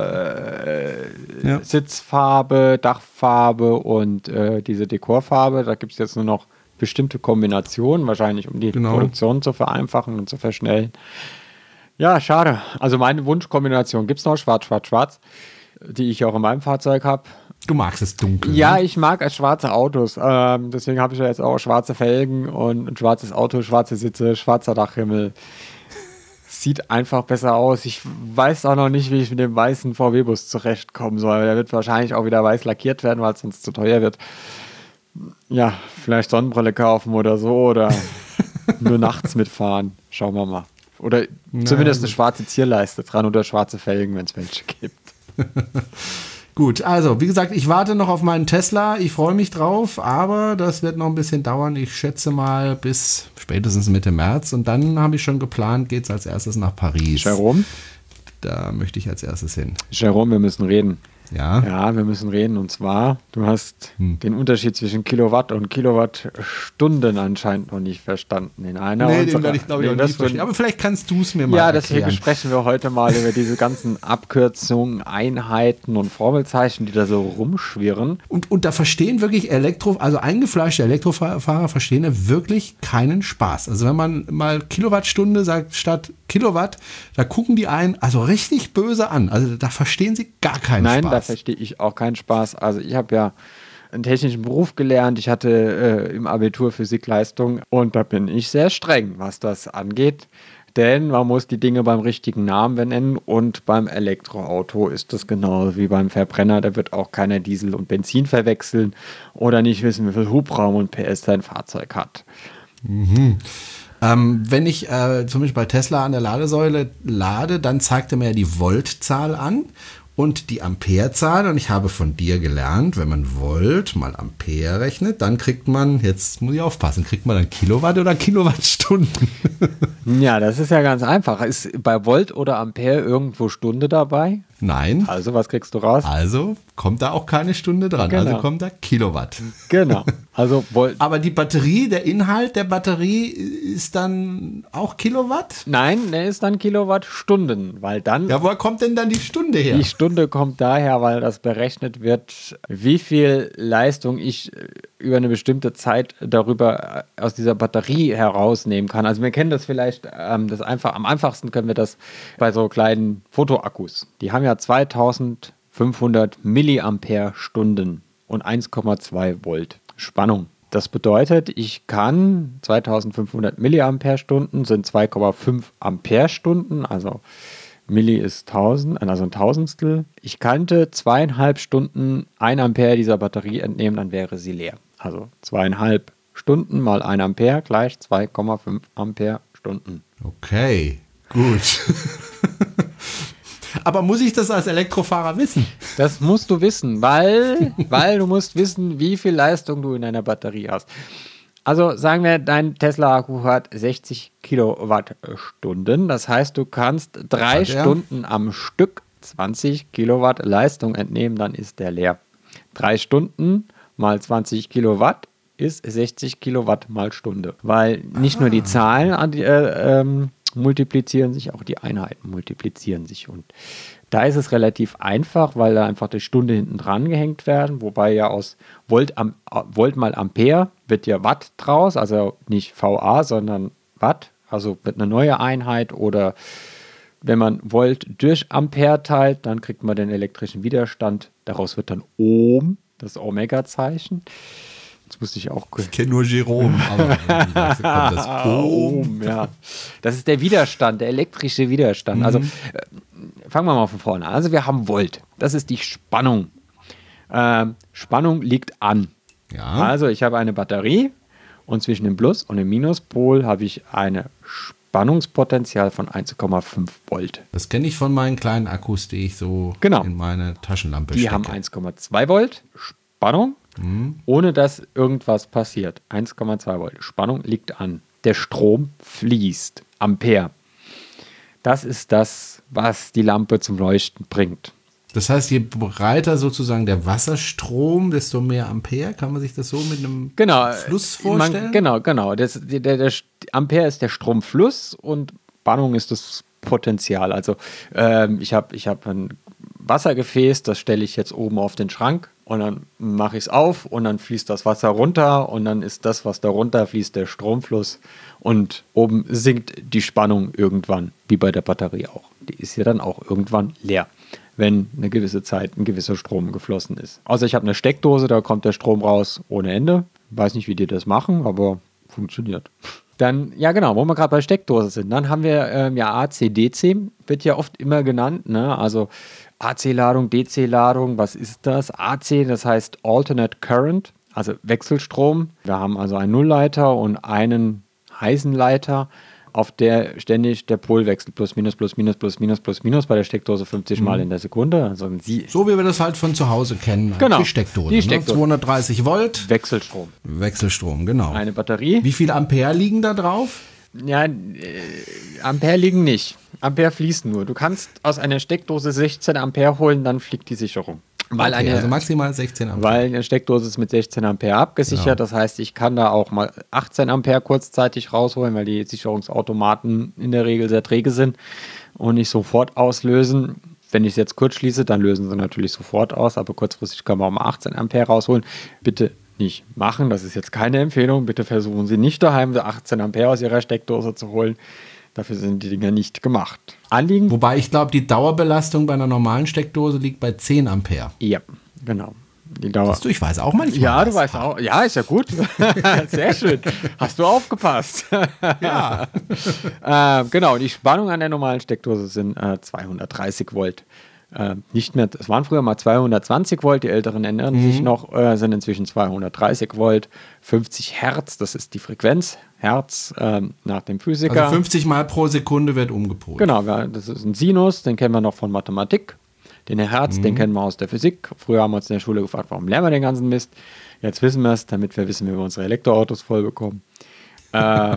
für äh, ja. Sitzfarbe, Dachfarbe und äh, diese Dekorfarbe, da gibt es jetzt nur noch bestimmte Kombinationen, wahrscheinlich um die genau. Produktion zu vereinfachen und zu verschnellen. Ja, schade. Also meine Wunschkombination gibt es noch, schwarz, schwarz, schwarz, die ich auch in meinem Fahrzeug habe. Du magst es dunkel. Ja, ne? Ich mag schwarze Autos. Ähm, deswegen habe ich ja jetzt auch schwarze Felgen und ein schwarzes Auto, schwarze Sitze, schwarzer Dachhimmel. Sieht einfach besser aus. Ich weiß auch noch nicht, wie ich mit dem weißen V W-Bus zurechtkommen soll. Der wird wahrscheinlich auch wieder weiß lackiert werden, weil es sonst zu teuer wird. Ja, vielleicht Sonnenbrille kaufen oder so oder nur nachts mitfahren. Schauen wir mal. Oder Nein. zumindest eine schwarze Zierleiste dran oder schwarze Felgen, wenn es welche gibt. Gut, also wie gesagt, ich warte noch auf meinen Tesla. Ich freue mich drauf, aber das wird noch ein bisschen dauern. Ich schätze mal bis spätestens Mitte März. Und dann habe ich schon geplant, geht es als erstes nach Paris. Jerome? Da möchte ich als erstes hin. Jerome, wir müssen reden. Ja. Ja, wir müssen reden. Und zwar, du hast hm. den Unterschied zwischen Kilowatt und Kilowattstunden anscheinend noch nicht verstanden. In einer nee, den werde ich glaube ich nee, auch nicht verstehen. Aber vielleicht kannst du es mir mal ja, erklären. Ja, deswegen sprechen wir heute mal über diese ganzen Abkürzungen, Einheiten und Formelzeichen, die da so rumschwirren. Und, und da verstehen wirklich Elektro, also eingefleischte Elektrofahrer verstehen da wirklich keinen Spaß. Also wenn man mal Kilowattstunde sagt statt Kilowatt, da gucken die einen also richtig böse an. Also da verstehen sie gar keinen Nein, Spaß. Da verstehe ich auch keinen Spaß. Also ich habe ja einen technischen Beruf gelernt. Ich hatte äh, im Abitur Physikleistung und da bin ich sehr streng, was das angeht. Denn man muss die Dinge beim richtigen Namen benennen und beim Elektroauto ist das genauso wie beim Verbrenner. Da wird auch keiner Diesel und Benzin verwechseln oder nicht wissen, wie viel Hubraum und P S sein Fahrzeug hat. Mhm. Ähm, wenn ich äh, zum Beispiel bei Tesla an der Ladesäule lade, dann zeigt er mir die Voltzahl an und die Amperezahl. Und ich habe von dir gelernt, wenn man Volt mal Ampere rechnet, dann kriegt man, jetzt muss ich aufpassen, kriegt man dann Kilowatt oder Kilowattstunden? Ja, das ist ja ganz einfach. Ist bei Volt oder Ampere irgendwo Stunde dabei? Nein. Also, was kriegst du raus? Also kommt da auch keine Stunde dran. Genau. Also kommt da Kilowatt. Genau. Also Volt. Aber die Batterie, der Inhalt der Batterie ist dann auch Kilowatt? Nein, der ist dann Kilowattstunden, weil dann. Ja, woher kommt denn dann die Stunde her? Die Stunde kommt daher, weil das berechnet wird, wie viel Leistung ich über eine bestimmte Zeit darüber aus dieser Batterie herausnehmen kann. Also wir kennen das vielleicht, ähm, das einfach, am einfachsten können wir das bei so kleinen Fotoakkus. Die haben ja zweitausendfünfhundert Milliampere-Stunden und eins Komma zwei Volt Spannung. Das bedeutet, ich kann zweitausendfünfhundert Milliampere-Stunden sind zwei Komma fünf Ampere-Stunden, also Milli ist tausend, also ein Tausendstel. Ich könnte zweieinhalb Stunden ein Ampere dieser Batterie entnehmen, dann wäre sie leer. Also zweieinhalb Stunden mal ein Ampere gleich zwei Komma fünf Ampere-Stunden. Okay, gut. Aber muss ich das als Elektrofahrer wissen? Das musst du wissen, weil, weil du musst wissen, wie viel Leistung du in deiner Batterie hast. Also sagen wir, dein Tesla-Akku hat sechzig Kilowattstunden. Das heißt, du kannst drei Stunden am Stück zwanzig Kilowatt Leistung entnehmen, dann ist der leer. Drei Stunden mal zwanzig Kilowatt ist sechzig Kilowatt mal Stunde. Weil nicht ah. nur die Zahlen äh, ähm, multiplizieren sich, auch die Einheiten multiplizieren sich. Und da ist es relativ einfach, weil da einfach die Stunde hinten dran gehängt werden, wobei ja aus Volt, am, Volt mal Ampere wird ja Watt draus, also nicht V A, sondern Watt, also wird eine neue Einheit, oder wenn man Volt durch Ampere teilt, dann kriegt man den elektrischen Widerstand, daraus wird dann Ohm, das Omega-Zeichen. Das musste ich auch. Ich kenne nur Jerome, aber kommt das Ohm, ja. Das ist der Widerstand, der elektrische Widerstand. Mhm. Also äh, fangen wir mal von vorne an. Also wir haben Volt. Das ist die Spannung. Ähm, Spannung liegt an. Ja. Also ich habe eine Batterie und zwischen dem Plus- und dem Minuspol habe ich eine Spannungspotenzial von eins Komma fünf Volt. Das kenne ich von meinen kleinen Akkus, die ich so genau. in meine Taschenlampe die stecke. Die haben eins Komma zwei Volt Spannung. Mhm. Ohne dass irgendwas passiert. eins Komma zwei Volt. Spannung liegt an. Der Strom fließt. Ampere. Das ist das, was die Lampe zum Leuchten bringt. Das heißt, je breiter sozusagen der Wasserstrom, desto mehr Ampere. Kann man sich das so mit einem genau, Fluss vorstellen? Man, genau, genau. Das, der, der, der Ampere ist der Stromfluss und Spannung ist das Potential. Also ähm, ich habe ich hab ein Wassergefäß, das stelle ich jetzt oben auf den Schrank und dann mache ich es auf und dann fließt das Wasser runter und dann ist das, was da runter fließt, der Stromfluss und oben sinkt die Spannung irgendwann, wie bei der Batterie auch. Die ist ja dann auch irgendwann leer, wenn eine gewisse Zeit ein gewisser Strom geflossen ist. Außer ich habe eine Steckdose, da kommt der Strom raus ohne Ende. Weiß nicht, wie die das machen, aber funktioniert. Dann, ja genau, wo wir gerade bei Steckdose sind, dann haben wir ähm, ja A C D C, wird ja oft immer genannt, ne? Also A C-Ladung, D C-Ladung, was ist das? A C, das heißt Alternate Current, also Wechselstrom. Wir haben also einen Nullleiter und einen heißen Leiter, auf der ständig der Pol wechselt, plus, minus, plus, minus, plus, minus, plus, minus, bei der Steckdose fünfzig Mal in der Sekunde. Also sie so wie wir das halt von zu Hause kennen, genau, die Steckdose. Die Steckdose. Ne? zweihundertdreißig Volt. Wechselstrom. Wechselstrom, genau. Eine Batterie. Wie viel Ampere liegen da drauf? Ja, äh, Ampere liegen nicht. Ampere fließen nur. Du kannst aus einer Steckdose sechzehn Ampere holen, dann fliegt die Sicherung. Weil okay, eine, also maximal sechzehn Ampere. Weil eine Steckdose ist mit sechzehn Ampere abgesichert. Ja. Das heißt, ich kann da auch mal achtzehn Ampere kurzzeitig rausholen, weil die Sicherungsautomaten in der Regel sehr träge sind und nicht sofort auslösen. Wenn ich es jetzt kurz schließe, dann lösen sie natürlich sofort aus, aber kurzfristig kann man auch mal achtzehn Ampere rausholen. Bitte nicht machen, das ist jetzt keine Empfehlung. Bitte versuchen Sie nicht daheim achtzehn Ampere aus Ihrer Steckdose zu holen. Dafür sind die Dinger nicht gemacht. Anliegen. Wobei ich glaube, die Dauerbelastung bei einer normalen Steckdose liegt bei zehn Ampere. Ja, genau. Die Dauer. Du, ich weiß auch manchmal. Ja, du weißt auch. Ja, ist ja gut. Sehr schön. Hast du aufgepasst. Ja. äh, genau, die Spannung an der normalen Steckdose sind äh, zweihundertdreißig Volt. äh, nicht mehr, es waren früher mal zweihundertzwanzig Volt, die Älteren erinnern mhm. sich noch, äh, sind inzwischen zweihundertdreißig Volt, fünfzig Hertz, das ist die Frequenz, Hertz äh, nach dem Physiker. Also fünfzig Mal pro Sekunde wird umgepolt. Genau, das ist ein Sinus, den kennen wir noch von Mathematik. Den Hertz, mhm. den kennen wir aus der Physik. Früher haben wir uns in der Schule gefragt, warum lernen wir den ganzen Mist? Jetzt wissen wir es, damit wir wissen, wie wir unsere Elektroautos voll bekommen. äh,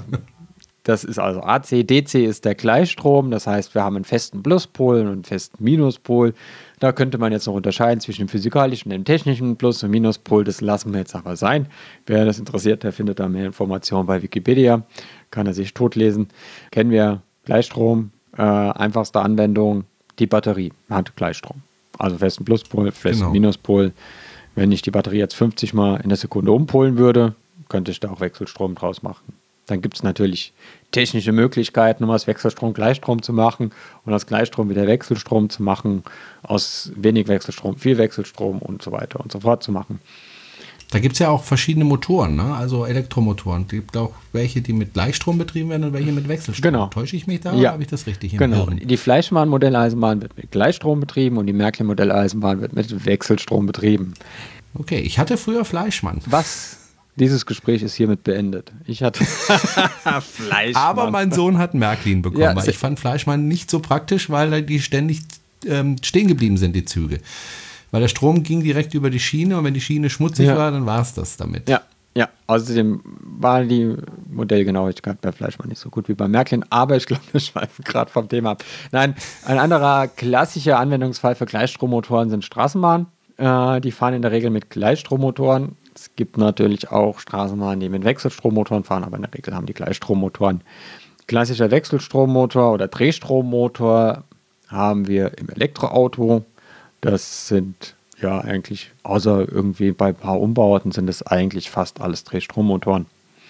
das ist also A C, D C ist der Gleichstrom. Das heißt, wir haben einen festen Pluspol und einen festen Minuspol. Da könnte man jetzt noch unterscheiden zwischen dem physikalischen und dem technischen Plus- und Minuspol. Das lassen wir jetzt aber sein. Wer das interessiert, der findet da mehr Informationen bei Wikipedia. Kann er sich totlesen. Kennen wir Gleichstrom, äh, einfachste Anwendung, die Batterie hat Gleichstrom. Also festen Pluspol, festen genau. Minuspol. Wenn ich die Batterie jetzt fünfzig Mal in der Sekunde umpolen würde, könnte ich da auch Wechselstrom draus machen. Dann gibt es natürlich technische Möglichkeiten, um aus Wechselstrom Gleichstrom zu machen und aus Gleichstrom wieder Wechselstrom zu machen, aus wenig Wechselstrom viel Wechselstrom und so weiter und so fort zu machen. Da gibt es ja auch verschiedene Motoren, ne? Also Elektromotoren. Es gibt auch welche, die mit Gleichstrom betrieben werden und welche mit Wechselstrom. Genau. Täusche ich mich da ja. oder habe ich das richtig im Genau. Hirn? Die Fleischmann-Modelleisenbahn wird mit Gleichstrom betrieben und die Märklin-Modelleisenbahn wird mit Wechselstrom betrieben. Okay, ich hatte früher Fleischmann. Was? Dieses Gespräch ist hiermit beendet. Ich hatte Fleischmann. Aber mein Sohn hat Märklin bekommen. Ja, ich fand Fleischmann nicht so praktisch, weil die ständig ähm, stehen geblieben sind, die Züge. Weil der Strom ging direkt über die Schiene und wenn die Schiene schmutzig ja. war, dann war es das damit. Ja, ja. Außerdem war die Modellgenauigkeit bei Fleischmann nicht so gut wie bei Märklin, aber ich glaube, wir schweifen gerade vom Thema ab. Nein, ein anderer klassischer Anwendungsfall für Gleichstrommotoren sind Straßenbahnen. Äh, die fahren in der Regel mit Gleichstrommotoren. Es gibt natürlich auch Straßenbahnen, die mit Wechselstrommotoren fahren, aber in der Regel haben die Gleichstrommotoren. Klassischer Wechselstrommotor oder Drehstrommotor haben wir im Elektroauto. Das sind ja eigentlich, außer irgendwie bei ein paar Umbauten, sind es eigentlich fast alles Drehstrommotoren.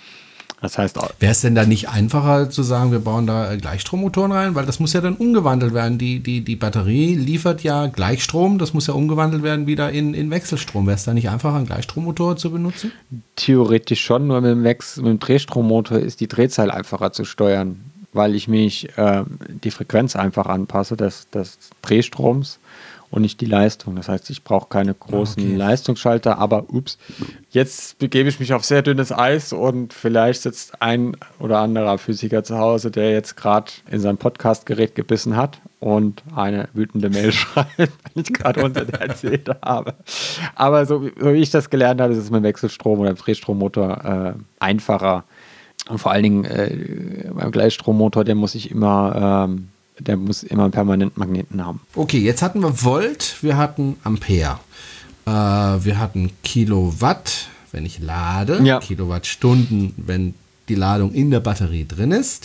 Das heißt, wäre es denn da nicht einfacher zu sagen, wir bauen da Gleichstrommotoren rein? Weil das muss ja dann umgewandelt werden. Die, die, die Batterie liefert ja Gleichstrom, das muss ja umgewandelt werden wieder in, in Wechselstrom. Wäre es da nicht einfacher, einen Gleichstrommotor zu benutzen? Theoretisch schon, nur mit dem, Wechsel, mit dem Drehstrommotor ist die Drehzahl einfacher zu steuern, weil ich mich äh, die Frequenz einfach anpasse des, des Drehstroms und nicht die Leistung. Das heißt, ich brauche keine großen okay. Leistungsschalter, aber ups, jetzt begebe ich mich auf sehr dünnes Eis und vielleicht sitzt ein oder anderer Physiker zu Hause, der jetzt gerade in sein Podcastgerät gebissen hat und eine wütende Mail schreibt, weil ich gerade unter der erzählt habe. Aber so, so wie ich das gelernt habe, ist es mit Wechselstrom oder Drehstrommotor äh, einfacher. Und vor allen Dingen äh, beim Gleichstrommotor, der muss ich immer... Ähm, Der muss immer einen permanenten Magneten haben. Okay, jetzt hatten wir Volt, wir hatten Ampere, äh, wir hatten Kilowatt, wenn ich lade, ja. Kilowattstunden, wenn die Ladung in der Batterie drin ist.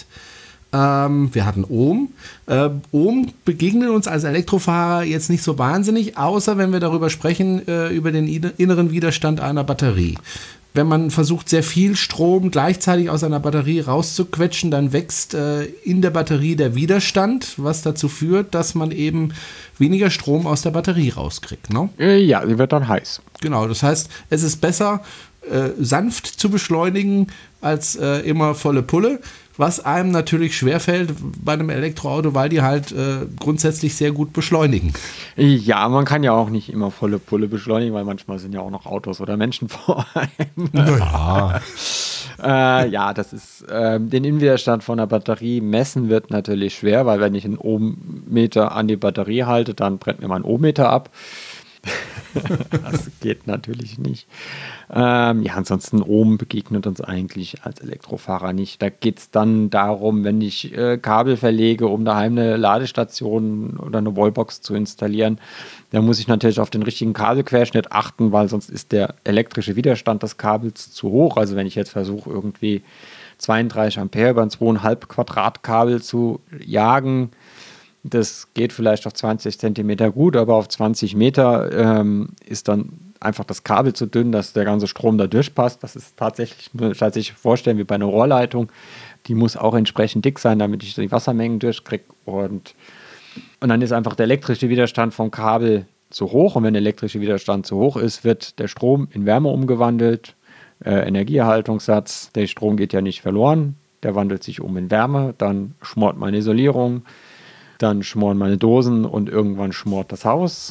Ähm, wir hatten Ohm. Äh, Ohm begegnen uns als Elektrofahrer jetzt nicht so wahnsinnig, außer wenn wir darüber sprechen, äh, über den inneren Widerstand einer Batterie. Wenn man versucht, sehr viel Strom gleichzeitig aus einer Batterie rauszuquetschen, dann wächst äh, in der Batterie der Widerstand, was dazu führt, dass man eben weniger Strom aus der Batterie rauskriegt. Ne? Ja, sie wird dann heiß. Genau, das heißt, es ist besser, äh, sanft zu beschleunigen, als äh, immer volle Pulle. Was einem natürlich schwerfällt bei einem Elektroauto, weil die halt äh, grundsätzlich sehr gut beschleunigen. Ja, man kann ja auch nicht immer volle Pulle beschleunigen, weil manchmal sind ja auch noch Autos oder Menschen vor einem. Naja. äh, ja, das ist, äh, den Innenwiderstand von der Batterie messen wird natürlich schwer, weil wenn ich einen Ohmmeter an die Batterie halte, dann brennt mir mein Ohmmeter ab. Das geht natürlich nicht. Ähm, ja, ansonsten Ohm begegnet uns eigentlich als Elektrofahrer nicht. Da geht es dann darum, wenn ich äh, Kabel verlege, um daheim eine Ladestation oder eine Wallbox zu installieren, dann muss ich natürlich auf den richtigen Kabelquerschnitt achten, weil sonst ist der elektrische Widerstand des Kabels zu hoch. Also wenn ich jetzt versuche, irgendwie zweiunddreißig Ampere über ein zwei Komma fünf Quadratkabel zu jagen, das geht vielleicht auf zwanzig Zentimeter gut, aber auf zwanzig Meter ähm, ist dann einfach das Kabel zu dünn, dass der ganze Strom da durchpasst. Das ist tatsächlich, muss sich vorstellen, wie bei einer Rohrleitung. Die muss auch entsprechend dick sein, damit ich die Wassermengen durchkriege. Und, und dann ist einfach der elektrische Widerstand vom Kabel zu hoch. Und wenn der elektrische Widerstand zu hoch ist, wird der Strom in Wärme umgewandelt. Äh, Energieerhaltungssatz, der Strom geht ja nicht verloren. Der wandelt sich um in Wärme. Dann schmort meine Isolierung. Dann schmoren meine Dosen und irgendwann schmort das Haus.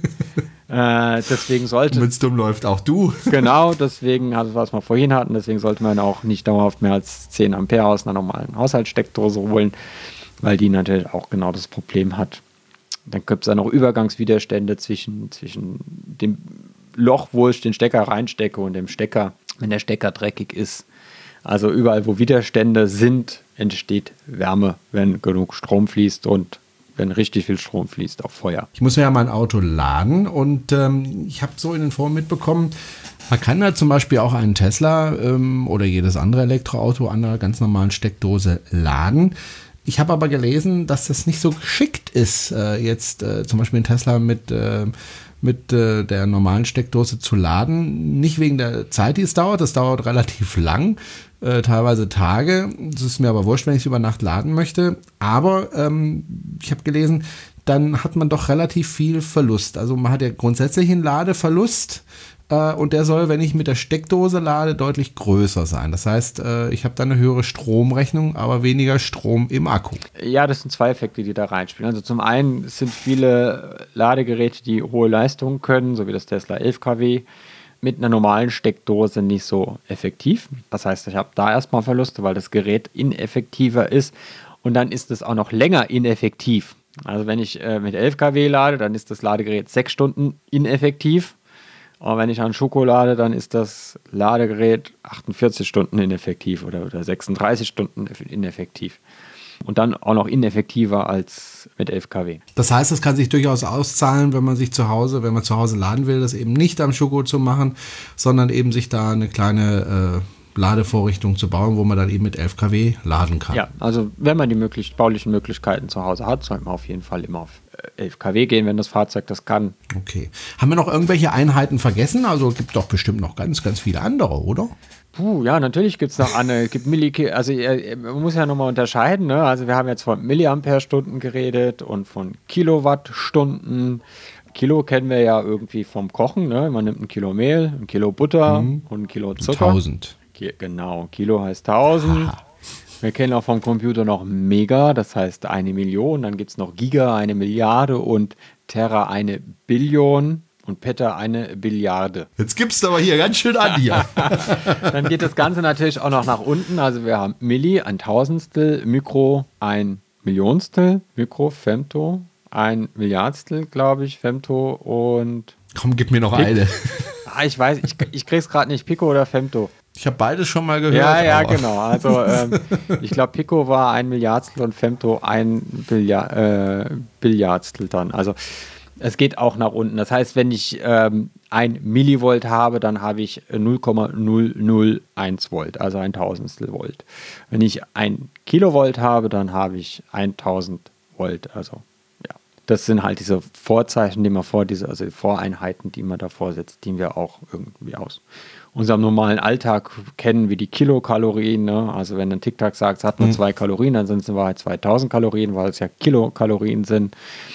äh, deswegen sollte... Wenn es dumm läuft, auch du. Genau, deswegen, also was wir vorhin hatten, deswegen sollte man auch nicht dauerhaft mehr als zehn Ampere aus einer normalen Haushaltssteckdose holen, weil die natürlich auch genau das Problem hat. Dann gibt es dann noch Übergangswiderstände zwischen, zwischen dem Loch, wo ich den Stecker reinstecke und dem Stecker, wenn der Stecker dreckig ist. Also überall, wo Widerstände sind, entsteht Wärme, wenn genug Strom fließt und wenn richtig viel Strom fließt, auch Feuer. Ich muss ja mein Auto laden und ähm, ich habe so in den Foren mitbekommen, man kann da zum Beispiel auch einen Tesla ähm, oder jedes andere Elektroauto an einer ganz normalen Steckdose laden. Ich habe aber gelesen, dass das nicht so geschickt ist, äh, jetzt äh, zum Beispiel einen Tesla mit, äh, mit äh, der normalen Steckdose zu laden. Nicht wegen der Zeit, die es dauert, das dauert relativ lang, äh, teilweise Tage. Das ist mir aber wurscht, wenn ich es über Nacht laden möchte. Aber ähm, ich habe gelesen, dann hat man doch relativ viel Verlust. Also man hat ja grundsätzlich einen Ladeverlust. Und der soll, wenn ich mit der Steckdose lade, deutlich größer sein. Das heißt, ich habe dann eine höhere Stromrechnung, aber weniger Strom im Akku. Ja, das sind zwei Effekte, die da reinspielen. Also zum einen sind viele Ladegeräte, die hohe Leistungen können, so wie das Tesla elf Kilowatt, mit einer normalen Steckdose nicht so effektiv. Das heißt, ich habe da erstmal Verluste, weil das Gerät ineffektiver ist. Und dann ist es auch noch länger ineffektiv. Also wenn ich äh, mit elf Kilowatt lade, dann ist das Ladegerät sechs Stunden ineffektiv. Aber wenn ich an Schokolade, dann ist das Ladegerät achtundvierzig Stunden ineffektiv oder, oder sechsunddreißig Stunden ineffektiv. Und dann auch noch ineffektiver als mit elf Kilowatt. Das heißt, es kann sich durchaus auszahlen, wenn man sich zu Hause, wenn man zu Hause laden will, das eben nicht am Schoko zu machen, sondern eben sich da eine kleine äh, Ladevorrichtung zu bauen, wo man dann eben mit elf Kilowatt laden kann. Ja, also wenn man die möglich, baulichen Möglichkeiten zu Hause hat, sollte man auf jeden Fall immer auf elf Kilowatt gehen, wenn das Fahrzeug das kann. Okay. Haben wir noch irgendwelche Einheiten vergessen? Also es gibt doch bestimmt noch ganz, ganz viele andere, oder? Puh, ja, natürlich gibt es noch eine, gibt Milli, also man muss ja nochmal unterscheiden, ne? Also wir haben jetzt von Milliampere-Stunden geredet und von Kilowattstunden. Kilo kennen wir ja irgendwie vom Kochen, ne? Man nimmt ein Kilo Mehl, ein Kilo Butter mhm. und ein Kilo Zucker. tausend. Genau, Kilo heißt tausend. Aha. Wir kennen auch vom Computer noch Mega, das heißt eine Million. Dann gibt es noch Giga, eine Milliarde und Terra, eine Billion und Peta, eine Billiarde. Jetzt gibst du aber hier ganz schön an hier. Dann geht das Ganze natürlich auch noch nach unten. Also wir haben Milli, ein Tausendstel, Mikro, ein Millionstel, Mikro, Femto, ein Milliardstel, glaube ich, Femto und... Komm, gib mir noch Pik- eine. Ah, ich weiß, ich, ich krieg's gerade nicht, Pico oder Femto. Ich habe beides schon mal gehört. Ja, ja, aber. Genau. Also ähm, ich glaube, Pico war ein Milliardstel und Femto ein Billiard, äh, Billiardstel dann. Also es geht auch nach unten. Das heißt, wenn ich ähm, ein Millivolt habe, dann habe ich null Komma null null eins Volt, also ein Tausendstel Volt. Wenn ich ein Kilovolt habe, dann habe ich tausend Volt. Also ja, das sind halt diese Vorzeichen, die man vor diese, also Voreinheiten, die man davor setzt, dienen wir auch irgendwie aus unserem normalen Alltag kennen, wie die Kilokalorien. Ne? Also wenn ein Tic-Tac sagt, es hat nur mhm. zwei Kalorien, dann sind es in Wahrheit zweitausend Kalorien, weil es ja Kilokalorien sind.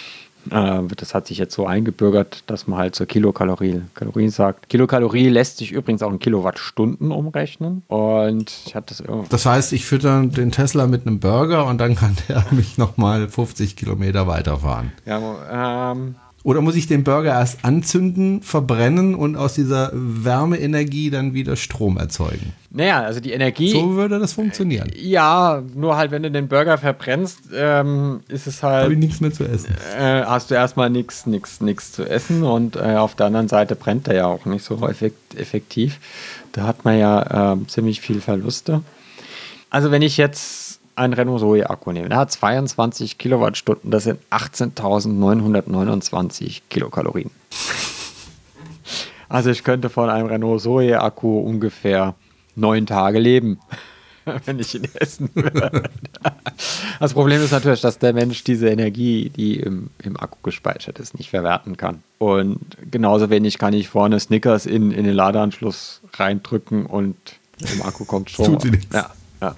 Äh, das hat sich jetzt so eingebürgert, dass man halt zur Kilokalorie Kalorien sagt. Kilokalorie lässt sich übrigens auch in Kilowattstunden umrechnen. Und ich hatte das irgendwie. Das heißt, ich fütter den Tesla mit einem Burger und dann kann der mich nochmal fünfzig Kilometer weiterfahren. Ja, ähm. Oder muss ich den Burger erst anzünden, verbrennen und aus dieser Wärmeenergie dann wieder Strom erzeugen? Naja, also die Energie... So würde das funktionieren. Ja, nur halt, wenn du den Burger verbrennst, ähm, ist es halt... Habe ich nichts mehr zu essen. Äh, hast du erstmal nichts nichts, nichts zu essen und äh, auf der anderen Seite brennt er ja auch nicht so effekt, effektiv. Da hat man ja äh, ziemlich viel Verluste. Also wenn ich jetzt ein Renault Zoe Akku nehme, der hat zweiundzwanzig Kilowattstunden, das sind achtzehntausendneunhundertneunundzwanzig Kilokalorien. Also ich könnte von einem Renault Zoe Akku ungefähr neun Tage leben, wenn ich ihn essen würde. Das Problem ist natürlich, dass der Mensch diese Energie, die im, im Akku gespeichert ist, nicht verwerten kann. Und genauso wenig kann ich vorne Snickers in, in den Ladeanschluss reindrücken und im Akku kommt Strom. Tut sie nichts. Ja, ja.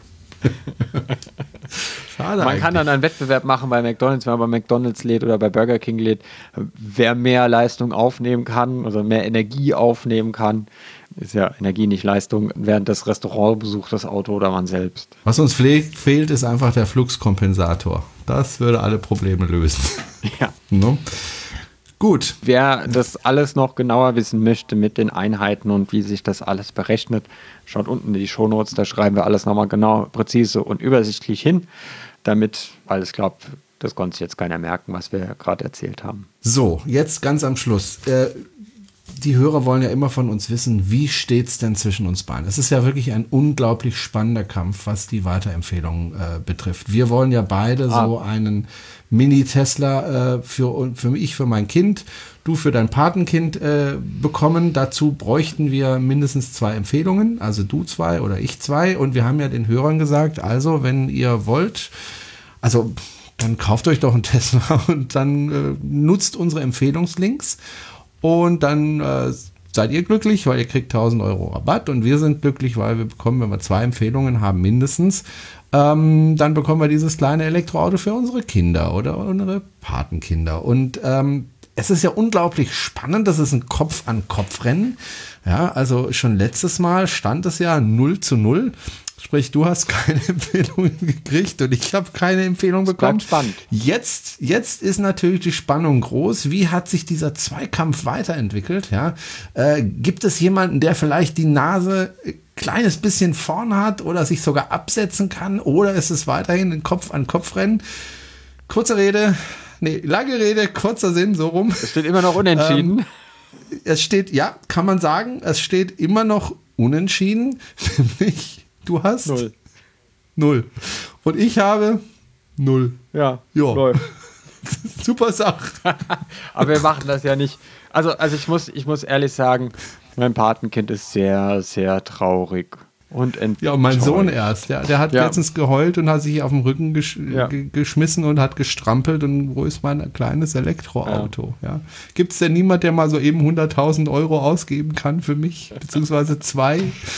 Schade Man eigentlich. kann dann einen Wettbewerb machen bei McDonald's, wenn man bei McDonald's lädt oder bei Burger King lädt, wer mehr Leistung aufnehmen kann, also mehr Energie aufnehmen kann. Ist ja Energie, nicht Leistung, während des Restaurantbesuchs das Auto oder man selbst. Was uns fehlt, fehlt, ist einfach der Fluxkompensator. Das würde alle Probleme lösen. Ja. No? Gut. Wer das alles noch genauer wissen möchte mit den Einheiten und wie sich das alles berechnet, schaut unten in die Shownotes, da schreiben wir alles nochmal genau, präzise und übersichtlich hin, damit, weil ich glaube, das konnte sich jetzt keiner merken, was wir gerade erzählt haben. So, jetzt ganz am Schluss. Äh, die Hörer wollen ja immer von uns wissen, wie steht es denn zwischen uns beiden? Es ist ja wirklich ein unglaublich spannender Kampf, was die Weiterempfehlungen äh, betrifft. Wir wollen ja beide ah. so einen Mini-Tesla äh, für, für mich, für mein Kind, du für dein Patenkind äh, bekommen. Dazu bräuchten wir mindestens zwei Empfehlungen, also du zwei oder ich zwei. Und wir haben ja den Hörern gesagt, also wenn ihr wollt, also dann kauft euch doch einen Tesla und dann äh, nutzt unsere Empfehlungslinks. Und dann äh, seid ihr glücklich, weil ihr kriegt tausend Euro Rabatt und wir sind glücklich, weil wir bekommen, wenn wir zwei Empfehlungen haben, mindestens, ähm, dann bekommen wir dieses kleine Elektroauto für unsere Kinder oder unsere Patenkinder. Und ähm, es ist ja unglaublich spannend, das ist ein Kopf-an-Kopf-Rennen. Ja, also schon letztes Mal stand es ja null zu null. Sprich, du hast keine Empfehlungen gekriegt und ich habe keine Empfehlung bekommen. Das bleibt spannend. Jetzt, jetzt ist natürlich die Spannung groß. Wie hat sich dieser Zweikampf weiterentwickelt? Ja, äh, gibt es jemanden, der vielleicht die Nase ein kleines bisschen vorn hat oder sich sogar absetzen kann? Oder ist es weiterhin ein Kopf-an-Kopf-Rennen? Kurze Rede, nee, lange Rede, kurzer Sinn, so rum. Es steht immer noch unentschieden. Ähm, es steht, ja, kann man sagen, es steht immer noch unentschieden. Nämlich du hast null. Null. Und ich habe null. Ja, jo. läuft. Super Sache. Aber wir machen das ja nicht. Also, also ich muss, ich muss ehrlich sagen, mein Patenkind ist sehr, sehr traurig. Und ja, und mein Sohn erst. Ja, der hat ja. letztens geheult und hat sich auf den Rücken gesch- ja. g- geschmissen und hat gestrampelt. Und wo ist mein kleines Elektroauto? Ja. Ja. Gibt es denn niemand, der mal so eben hunderttausend Euro ausgeben kann für mich? Beziehungsweise zwei?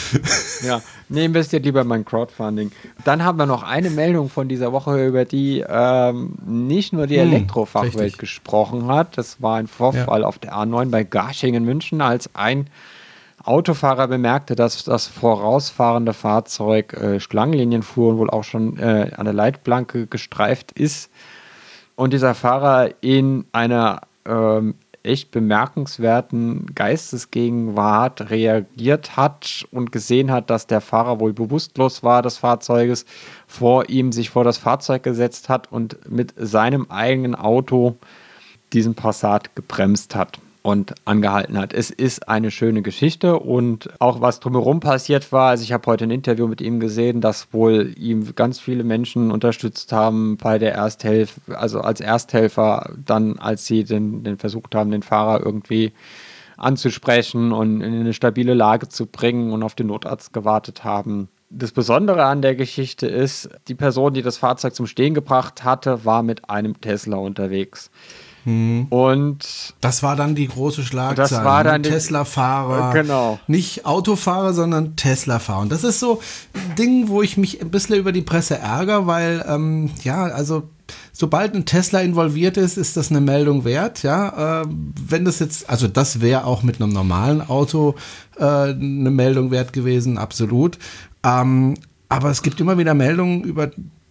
Ja, nee, investiert lieber in mein Crowdfunding. Dann haben wir noch eine Meldung von dieser Woche, über die ähm, nicht nur die hm, Elektrofachwelt richtig. gesprochen hat. Das war ein Vorfall ja. auf der A neun bei Garching in München, als ein Autofahrer bemerkte, dass das vorausfahrende Fahrzeug äh, Schlangenlinien fuhr und wohl auch schon äh, an der Leitplanke gestreift ist. Und dieser Fahrer in einer ähm, echt bemerkenswerten Geistesgegenwart reagiert hat und gesehen hat, dass der Fahrer wohl bewusstlos war des Fahrzeuges, vor ihm sich vor das Fahrzeug gesetzt hat und mit seinem eigenen Auto diesen Passat gebremst hat und angehalten hat. Es ist eine schöne Geschichte und auch was drumherum passiert war, also ich habe heute ein Interview mit ihm gesehen, dass wohl ihm ganz viele Menschen unterstützt haben bei der Ersthilfe, also als Ersthelfer, dann als sie den, den versucht haben, den Fahrer irgendwie anzusprechen und in eine stabile Lage zu bringen und auf den Notarzt gewartet haben. Das Besondere an der Geschichte ist, die Person, die das Fahrzeug zum Stehen gebracht hatte, war mit einem Tesla unterwegs. Hm. Und das war dann die große Schlagzeile. Das war dann Tesla-Fahrer. Genau. Nicht Autofahrer, sondern Tesla-Fahrer. Und das ist so ein Ding, wo ich mich ein bisschen über die Presse ärgere, weil, ähm, ja, also sobald ein Tesla involviert ist, ist das eine Meldung wert. Ja, äh, wenn das jetzt, also das wäre auch mit einem normalen Auto äh, eine Meldung wert gewesen, absolut. Ähm, aber es gibt immer wieder Meldungen über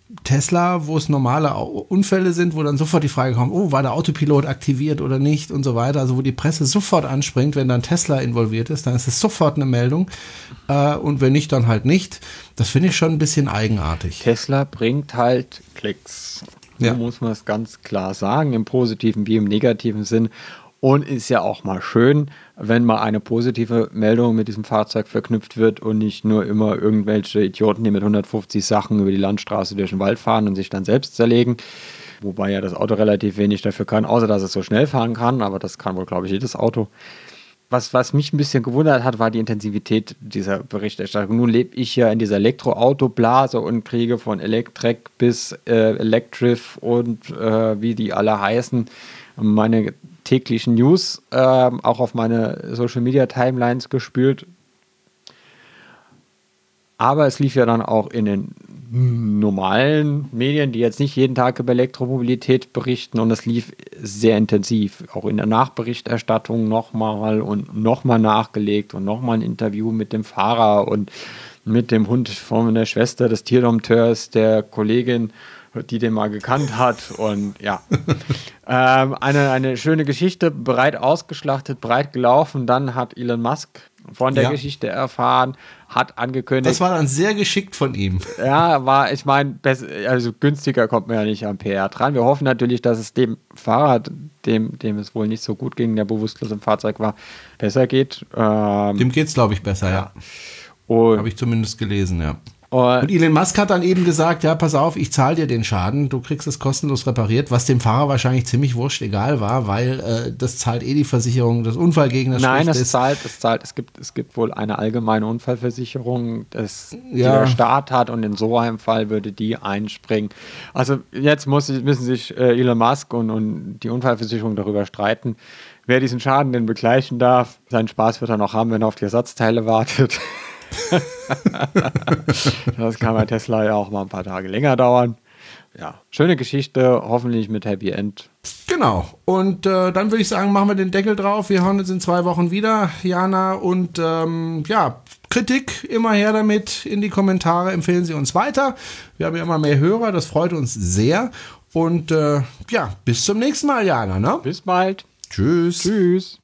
Tesla, wo es normale Unfälle sind, wo dann sofort die Frage kommt, oh, war der Autopilot aktiviert oder nicht und so weiter. Also wo die Presse sofort anspringt, wenn dann Tesla involviert ist, dann ist es sofort eine Meldung. Äh, und wenn nicht, dann halt nicht. Das finde ich schon ein bisschen eigenartig. Tesla bringt halt Klicks. So ja. muss man es ganz klar sagen, im positiven wie im negativen Sinn. Und ist ja auch mal schön, wenn mal eine positive Meldung mit diesem Fahrzeug verknüpft wird und nicht nur immer irgendwelche Idioten, die mit hundertfünfzig Sachen über die Landstraße durch den Wald fahren und sich dann selbst zerlegen. Wobei ja das Auto relativ wenig dafür kann, außer dass es so schnell fahren kann. Aber das kann wohl, glaube ich, jedes Auto. Was, was mich ein bisschen gewundert hat, war die Intensivität dieser Berichterstattung. Nun lebe ich ja in dieser Elektroautoblase und kriege von Electrek bis äh, Electrif und äh, wie die alle heißen, meine täglichen News äh, auch auf meine Social Media Timelines gespült. Aber es lief ja dann auch in den normalen Medien, die jetzt nicht jeden Tag über Elektromobilität berichten, und es lief sehr intensiv. Auch in der Nachberichterstattung nochmal und nochmal nachgelegt und nochmal ein Interview mit dem Fahrer und mit dem Hund von der Schwester des Tierdompteurs, der Kollegin die den mal gekannt hat. Und ja, ähm, eine, eine schöne Geschichte, breit ausgeschlachtet, breit gelaufen. Dann hat Elon Musk von der ja. Geschichte erfahren, hat angekündigt. Das war dann sehr geschickt von ihm. Ja, war, ich meine, also günstiger kommt man ja nicht am P R dran. Wir hoffen natürlich, dass es dem Fahrer, dem, dem es wohl nicht so gut ging, der bewusstlos im Fahrzeug war, besser geht. Ähm, dem geht es, glaube ich, besser, ja. ja. Habe ich zumindest gelesen, ja. Und Elon Musk hat dann eben gesagt, ja, pass auf, ich zahle dir den Schaden, du kriegst es kostenlos repariert, was dem Fahrer wahrscheinlich ziemlich wurscht egal war, weil äh, das zahlt eh die Versicherung des Unfallgegners. Nein, es zahlt, es zahlt, es gibt, es gibt wohl eine allgemeine Unfallversicherung, das, die ja. der Staat hat, und in so einem Fall würde die einspringen. Also jetzt muss, müssen sich äh, Elon Musk und, und die Unfallversicherung darüber streiten, wer diesen Schaden denn begleichen darf. Seinen Spaß wird er noch haben, wenn er auf die Ersatzteile wartet. Das kann bei Tesla ja auch mal ein paar Tage länger dauern. Ja, schöne Geschichte, hoffentlich mit Happy End. Genau. Und äh, dann würde ich sagen, machen wir den Deckel drauf. Wir hören uns in zwei Wochen wieder, Jana. Und ähm, ja, Kritik immer her damit in die Kommentare. Empfehlen Sie uns weiter. Wir haben ja immer mehr Hörer, das freut uns sehr. Und äh, ja, bis zum nächsten Mal, Jana. Ne? Bis bald. Tschüss. Tschüss.